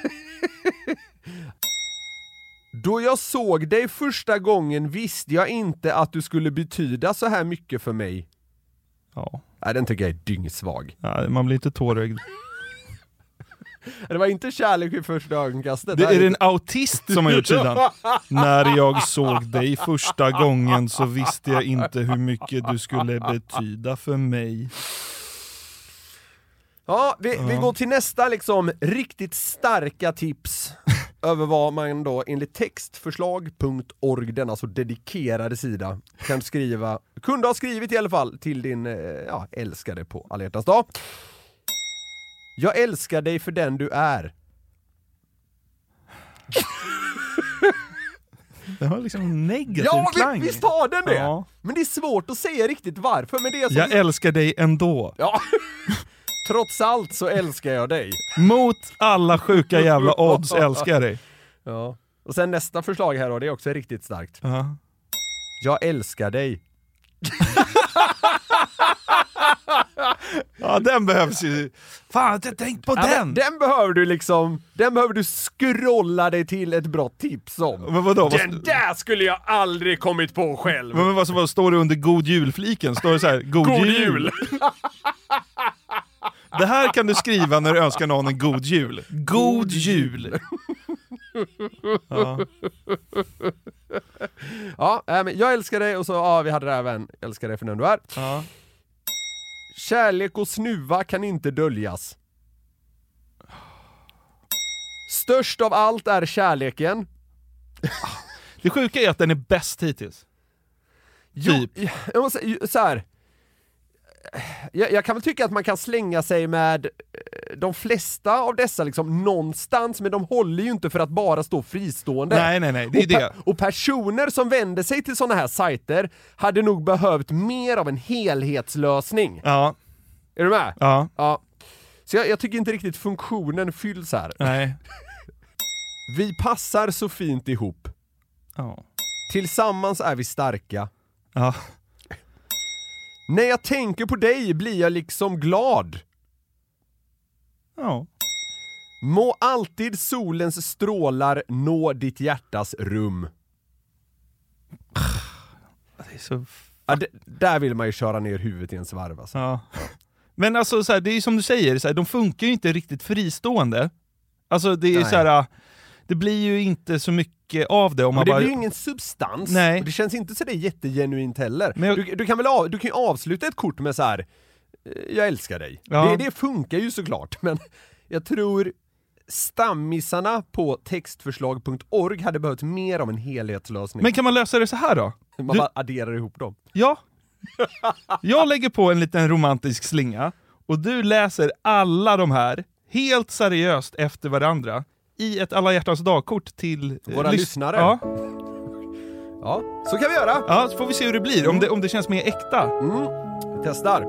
Då jag såg dig första gången visste jag inte att du skulle betyda så här mycket för mig. Ja. Nej, den tycker jag är dyngsvag. Ja, man blir inte tårögd. Det var inte kärlek i första ögonkastet. Det är en autist som har gjort sidan. När jag såg dig första gången så visste jag inte hur mycket du skulle betyda för mig. Ja, vi går till nästa liksom riktigt starka tips över vad man då enligt textförslag.org, denna så dedikerade sida, kan skriva, kunde ha skrivit i alla fall till din älskade på alla hjärtans dag. Jag älskar dig för den du är. Den har liksom negativ klang. Visst har den det. Ja. Men det är svårt att säga riktigt varför. Men det är Jag älskar dig ändå. Ja. Trots allt så älskar jag dig. Mot alla sjuka jävla odds älskar jag dig. Ja. Och sen nästa förslag här då, det är också riktigt starkt. Jag älskar dig. Ja, den behövs ju. Fan, jag tänkt på den. Den behöver du scrolla dig till ett bra tips om. Men vadå? Den där skulle jag aldrig kommit på själv. Men vad står det under god julfliken? Står det så här, god jul. Det här kan du skriva när du önskar någon en god jul. God jul. Ja, men jag älskar dig och så vi hade det även älskar dig för den du är. Ja. Kärlek och snuva kan inte döljas. Störst av allt är kärleken. Det sjuka är att den är bäst hittills. Typ. Jag måste säga så här. Jag kan väl tycka att man kan slänga sig med de flesta av dessa liksom någonstans, men de håller ju inte för att bara stå fristående. Nej, det är det. Och personer som vänder sig till såna här sajter hade nog behövt mer av en helhetslösning. Ja. Är du med? Ja. Så jag tycker inte riktigt funktionen fylls här. Nej. Vi passar så fint ihop. Ja. Tillsammans är vi starka. Ja. När jag tänker på dig blir jag liksom glad. Ja. Må alltid solens strålar nå ditt hjärtas rum. Det är så... Där vill man ju köra ner huvudet i en svarv alltså. Ja. Men alltså så här, det är ju som du säger, så här, de funkar ju inte riktigt fristående. Alltså det är så här, det blir ju inte så mycket av det om man det bara... blir ju ingen substans. Nej. Och det känns inte så det jättegenuint heller. Men du kan ju avsluta ett kort med så här: jag älskar dig. Ja. Det funkar ju såklart, men jag tror stammissarna på textförslag.org hade behövt mer av en helhetslösning. Men kan man lösa det så här då? Man bara adderar ihop dem. Ja. Jag lägger på en liten romantisk slinga och du läser alla de här helt seriöst efter varandra i ett alla hjärtans dagkort till våra lyssnare. Ja. Ja, så kan vi göra. Ja, så får vi se hur det blir, om det känns mer äkta. Vi testar.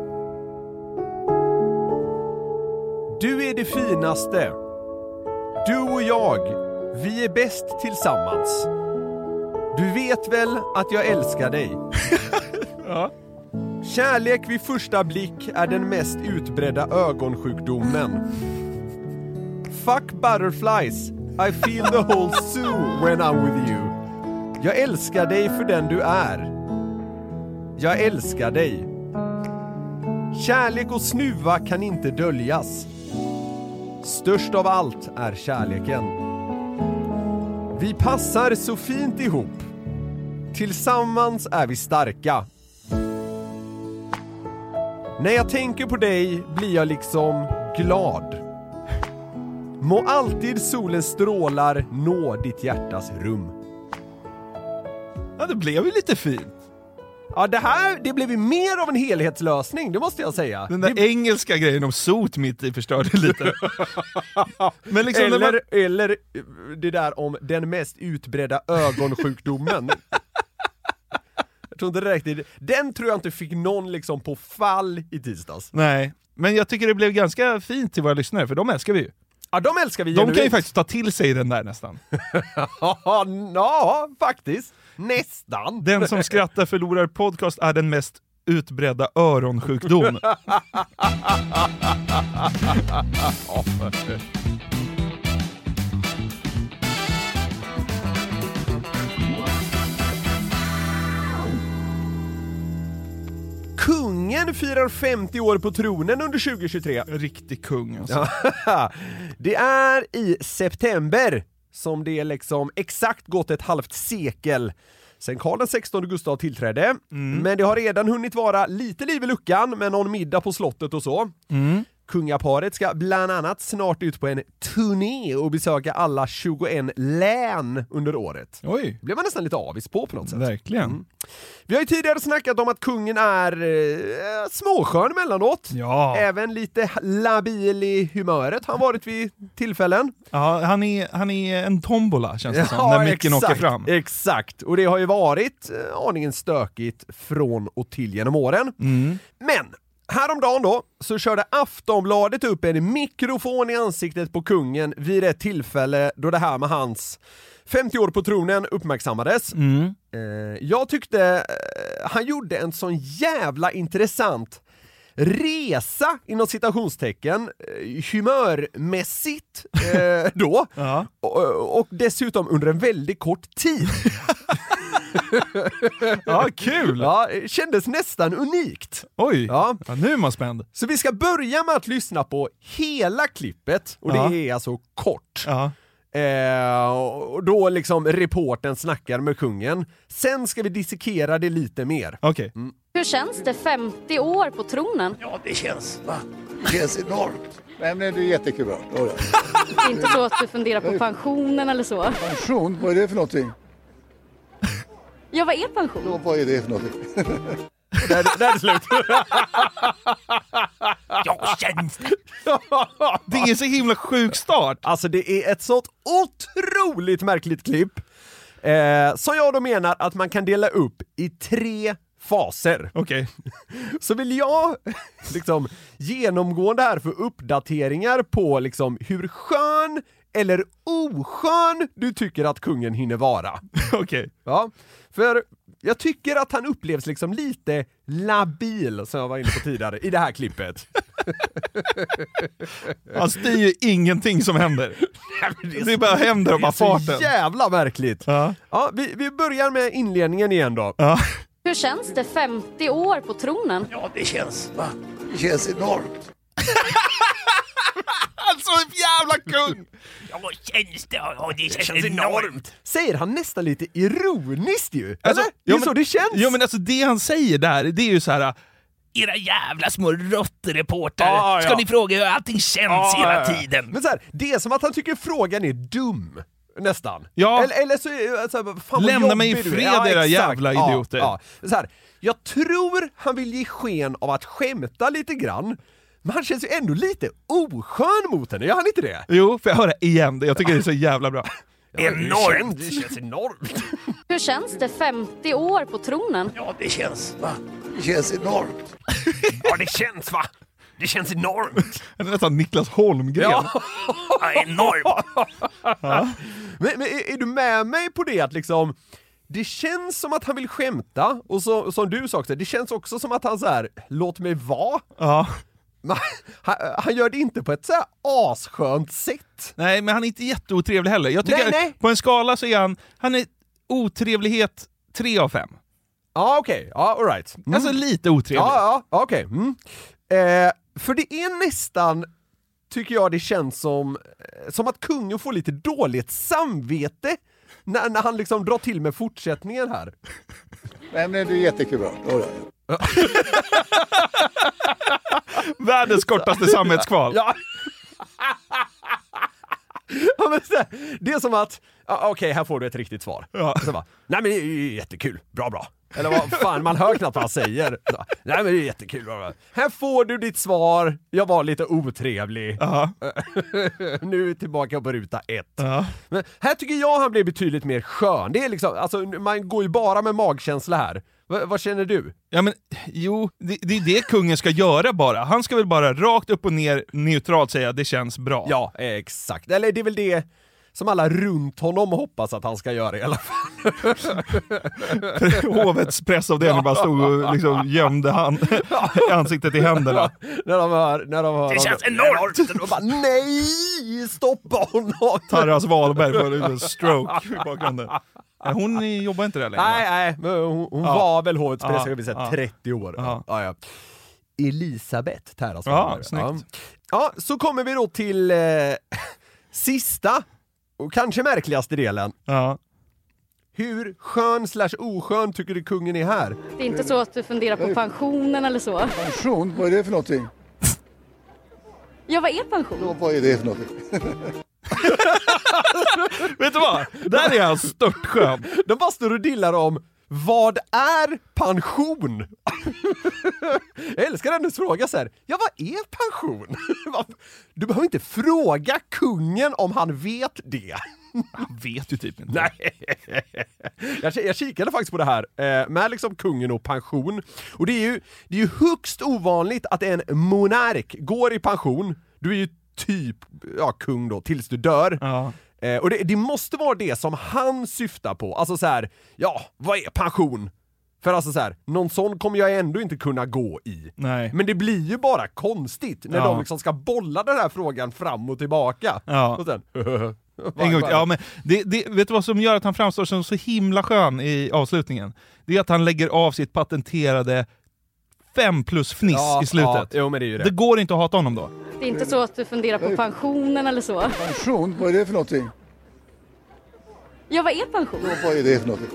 Du är det finaste. Du och jag, vi är bäst tillsammans. Du vet väl att jag älskar dig? Ja. Kärlek vid första blick är den mest utbredda ögonsjukdomen. Fuck butterflies. I feel the whole zoo when I'm with you. Jag älskar dig för den du är. Jag älskar dig. Kärlek och snuva kan inte döljas. Störst av allt är kärleken. Vi passar så fint ihop. Tillsammans är vi starka. När jag tänker på dig blir jag liksom glad. Må alltid solens strålar nå ditt hjärtas rum. Ja, det blev ju lite fint. Ja, det blev ju mer av en helhetslösning, det måste jag säga. Den där engelska grejen om sot mitt i förstörde lite. Men liksom eller det där om den mest utbredda ögonsjukdomen. Jag tror inte det räckte. Den tror jag inte fick någon liksom på fall i tisdags. Nej, men jag tycker det blev ganska fint till våra lyssnare, för de älskar vi ju. Ja, de älskar vi. De kan ju faktiskt ta till sig den där nästan. Ja, faktiskt. Nästan. Den som skrattar förlorar podcast är den mest utbredda öronsjukdom. Kungen firar 50 år på tronen under 2023. Riktig kung alltså. Det är i september som det är liksom exakt gått ett halvt sekel sen Karl XVI Gustav tillträdde. Men det har redan hunnit vara lite liv i luckan med någon middag på slottet och så. Kungaparet ska bland annat snart ut på en turné och besöka alla 21 län under året. Oj. Det blev man nästan lite avis på något sätt. Verkligen. Vi har ju tidigare snackat om att kungen är småskön mellanåt. Ja. Även lite labil i humöret har han varit vid tillfällen. Ja, han är en tombola känns det som, när micken åker fram. Exakt, och det har ju varit aningen stökigt från och till genom åren. Men häromdagen då så körde Aftonbladet upp en mikrofon i ansiktet på kungen vid ett tillfälle då det här med hans 50 år på tronen uppmärksammades. Jag tyckte han gjorde en sån jävla intressant resa inom citationstecken humörmässigt då och dessutom under en väldigt kort tid. Ja, kul! Ja, kändes nästan unikt. Oj, ja, nu är man spänd. Så vi ska börja med att lyssna på hela klippet och det är alltså kort. Och då liksom reporten snackar med kungen. Sen ska vi dissekera det lite mer. Okej. Hur känns det 50 år på tronen? Ja, det känns enormt. Nej, men det är jättekul. Inte så att du funderar på pensionen eller så? Pension? Vad är det för någonting? Ja, vad är pension? Ja, vad är det för någonting? Där är det slut. Ja, känns det. Det är så himla sjuk start. Alltså det är ett sånt otroligt märkligt klipp som jag då menar att man kan dela upp i 3 faser. Okej. Så vill jag liksom genomgå det här för uppdateringar på liksom hur skön eller oskön du tycker att kungen hinner vara. Okej. Ja, för jag tycker att han upplevs liksom lite labil, som jag var inne på tidigare, i det här klippet. Alltså det är ju ingenting som händer. Det bara händer och bara farten. Det är så jävla märkligt. Ja, vi börjar med inledningen igen då. Hur känns det 50 år på tronen? Ja, det känns enormt. Alltså jävla kung! Ja, vad känns det? Ja, det känns enormt. Säger han nästan lite ironiskt ju. Alltså, eller? Det är så det känns. Ja, men alltså det han säger där, det är ju så här: era jävla små råttreportare. Ska ni fråga hur allting känns hela tiden? Men så här, det är som att han tycker frågan är dum. Nästan. Ja. Eller så fan, lämna mig i fred, era jävla idioter. Så här, jag tror han vill ge sken av att skämta lite grann. Men han känns ju ändå lite oskön mot henne, gör han inte det? Jo, för jag höra igen det. Jag tycker det är så jävla bra. Enormt! Det känns enormt. Hur känns det 50 år på tronen? Ja, det känns enormt. Ja, det känns va? Det känns enormt. Det är nästan Niklas Holmgren. Ja, enormt. Men är du med mig på det att liksom det känns som att han vill skämta och så, som du sa också, det känns också som att han så här, låt mig vara. Ja. Han gör det inte på ett så här asskönt sätt. Nej, men han är inte jätteotrevlig heller. Jag tycker på en skala så är han är otrevlighet 3 av 5. Ja, okej. Ja, all right. Alltså lite otrevlig. Ja, okej. För det är nästan, tycker jag det känns som att kungen får lite dåligt samvete när han liksom drar till med fortsättningen här. Nej, men det är jättekul. Världens kortaste sammetskval. Ja. Ja, men det är som att, okej, här får du ett riktigt svar. Ja. Så bara, nej men det är ju jättekul, bra. Eller vad fan, man hör knappt vad han säger. Så, nej men det är jättekul, bra. Här får du ditt svar, jag var lite otrevlig. Nu tillbaka på ruta 1. Men här tycker jag han blir betydligt mer skön. Det är liksom, alltså, man går ju bara med magkänsla här. Vad känner du? Ja men, jo, det är det kungen ska göra bara. Han ska väl bara rakt upp och ner neutralt säga det känns bra. Ja, exakt. Eller det är väl det som alla runt honom hoppas att han ska göra i alla fall. Hovets pressavdelning bara stod och liksom gömde ansiktet i händerna. När de hör det känns enormt! Och bara, nej, stoppa honom! Tarras Wahlberg får en stroke i bakgrunden. Hon jobbar inte där längre. Nej, men hon var väl hovets pressavdelning 30 år. Ja. Elisabeth Tarras Wahlberg. Snyggt. Ja, så kommer vi då till sista och kanske märkligaste delen. Ja. Hur skön/oskön tycker du kungen är här? Det är inte så att du funderar på pensionen eller så? Pension, vad är det för någonting? Ja, vad är pension? Ja, vad är det för någonting? Vet du vad? Där är han störtskön. De bara står och dillar om vad är pension? Jag älskar hennes fråga så här. Ja, vad är pension? Du behöver inte fråga kungen om han vet det. Han vet ju typ inte. Nej. Jag kikade faktiskt på det här med liksom kungen och pension. Och det är ju högst ovanligt att en monark går i pension. Du är ju typ kung då tills du dör. Ja. Och det måste vara det som han syftar på. Alltså så här, vad är pension? För alltså så här, någon sån kommer jag ändå inte kunna gå i. Nej. Men det blir ju bara konstigt när de liksom ska bolla den här frågan fram och tillbaka. Ja. Och sen, en gång, ja, men vet du vad som gör att han framstår som så himla skön i avslutningen? Det är att han lägger av sitt patenterade 5+ fniss i slutet. Jo, men det är ju det. Det går inte att hata honom då. Det är inte så att du funderar på pensionen eller så? Pension, vad är det för någonting? Ja, vad är pension? Ja, vad är det för någonting?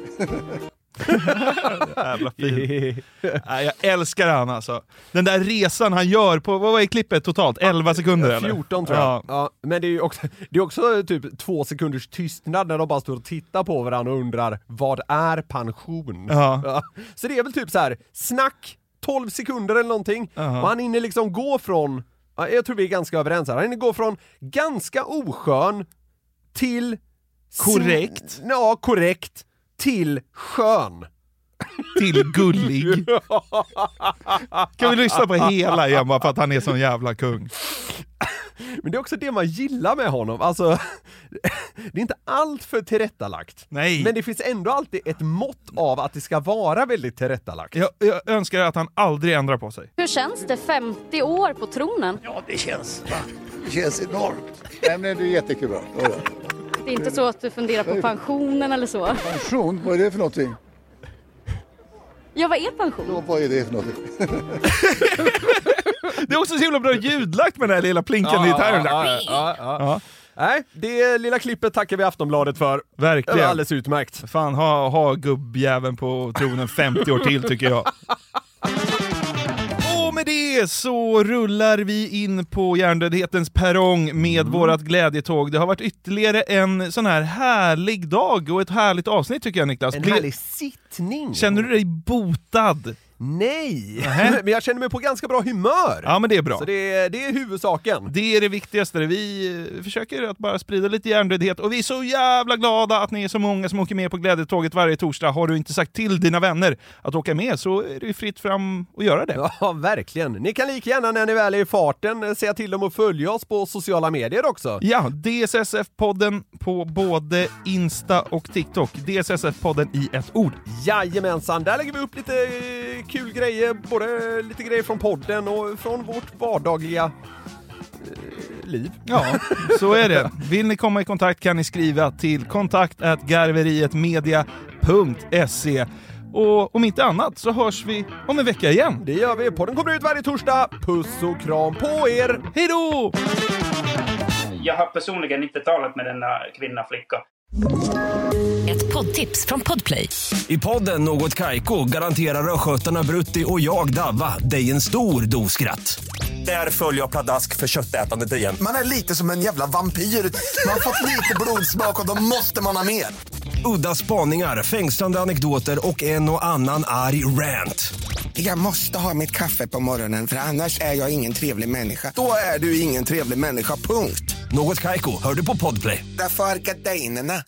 Jävla fin. Jag älskar han alltså. Den där resan han gör på, vad är klippet totalt? 11 sekunder eller? 14 tror jag. Ja, men det är också typ 2 sekunders tystnad när de bara står och tittar på varandra och undrar, vad är pension? Ja. Så det är väl typ så här, snack 12 sekunder eller någonting. Och han hinner liksom gå från, jag tror vi är ganska överens här, han hinner gå från ganska oskön till korrekt. Korrekt till skön. Till gullig. Kan vi lyssna på hela igen bara för att han är sån jävla kung. Men det är också det man gillar med honom. Alltså, det är inte allt för tillrättalagt. Nej. Men det finns ändå alltid ett mått av att det ska vara väldigt tillrättalagt. Jag önskar att han aldrig ändrar på sig. Hur känns det 50 år på tronen? Ja, det känns enormt. Nej, men det är jättekul. Det är inte så att du funderar på pensionen eller så? Pension, vad är det för någonting? Ja, vad är pension? Ja, vad är det för någonting? Det är också så himla bra ljudlagt med den här lilla plinken i gitarren. Ja. Nej, det lilla klippet tackar vi Aftonbladet för. Verkligen. Det är alldeles utmärkt. Fan, ha gubbjäveln på tronen 50 år till tycker jag. Och med det så rullar vi in på hjärndödhetens perrong med vårat glädjetåg. Det har varit ytterligare en sån här härlig dag och ett härligt avsnitt tycker jag, Niklas. En härlig sittning. Känner du dig botad? Nej, men jag känner mig på ganska bra humör. Ja, men det är bra. Så det är huvudsaken. Det är det viktigaste. Vi försöker att bara sprida lite hjärndödhet och vi är så jävla glada att ni är så många som åker med på glädjetåget varje torsdag. Har du inte sagt till dina vänner att åka med så är det ju fritt fram att göra det. Ja, verkligen. Ni kan lika gärna när ni väl är i farten säga till dem att följa oss på sociala medier också. Ja, DSSF-podden på både Insta och TikTok. DSSF-podden i ett ord. Jajamensan, där lägger vi upp lite kul grejer, både lite grejer från podden och från vårt vardagliga liv. Ja, så är det. Vill ni komma i kontakt kan ni skriva till kontakt@garverietmedia.se. Och om inte annat så hörs vi om en vecka igen. Det gör vi. Podden kommer ut varje torsdag. Puss och kram på er. Hej då! Jag har personligen inte talat med denna flicka. Ett poddtips från Podplay. I podden Något Kaiko garanterar röskötarna Brutti och jag Davva dig en stor doskratt. Där följer jag pladask för köttätandet igen. Man är lite som en jävla vampyr. Man har fått lite blodsmak och då måste man ha mer. Udda spaningar, fängslande anekdoter och en och annan arg rant. Jag måste ha mitt kaffe på morgonen för annars är jag ingen trevlig människa. Då är du ingen trevlig människa, punkt. Något Kaiko, hör du på Podplay. Därför är gardinerna.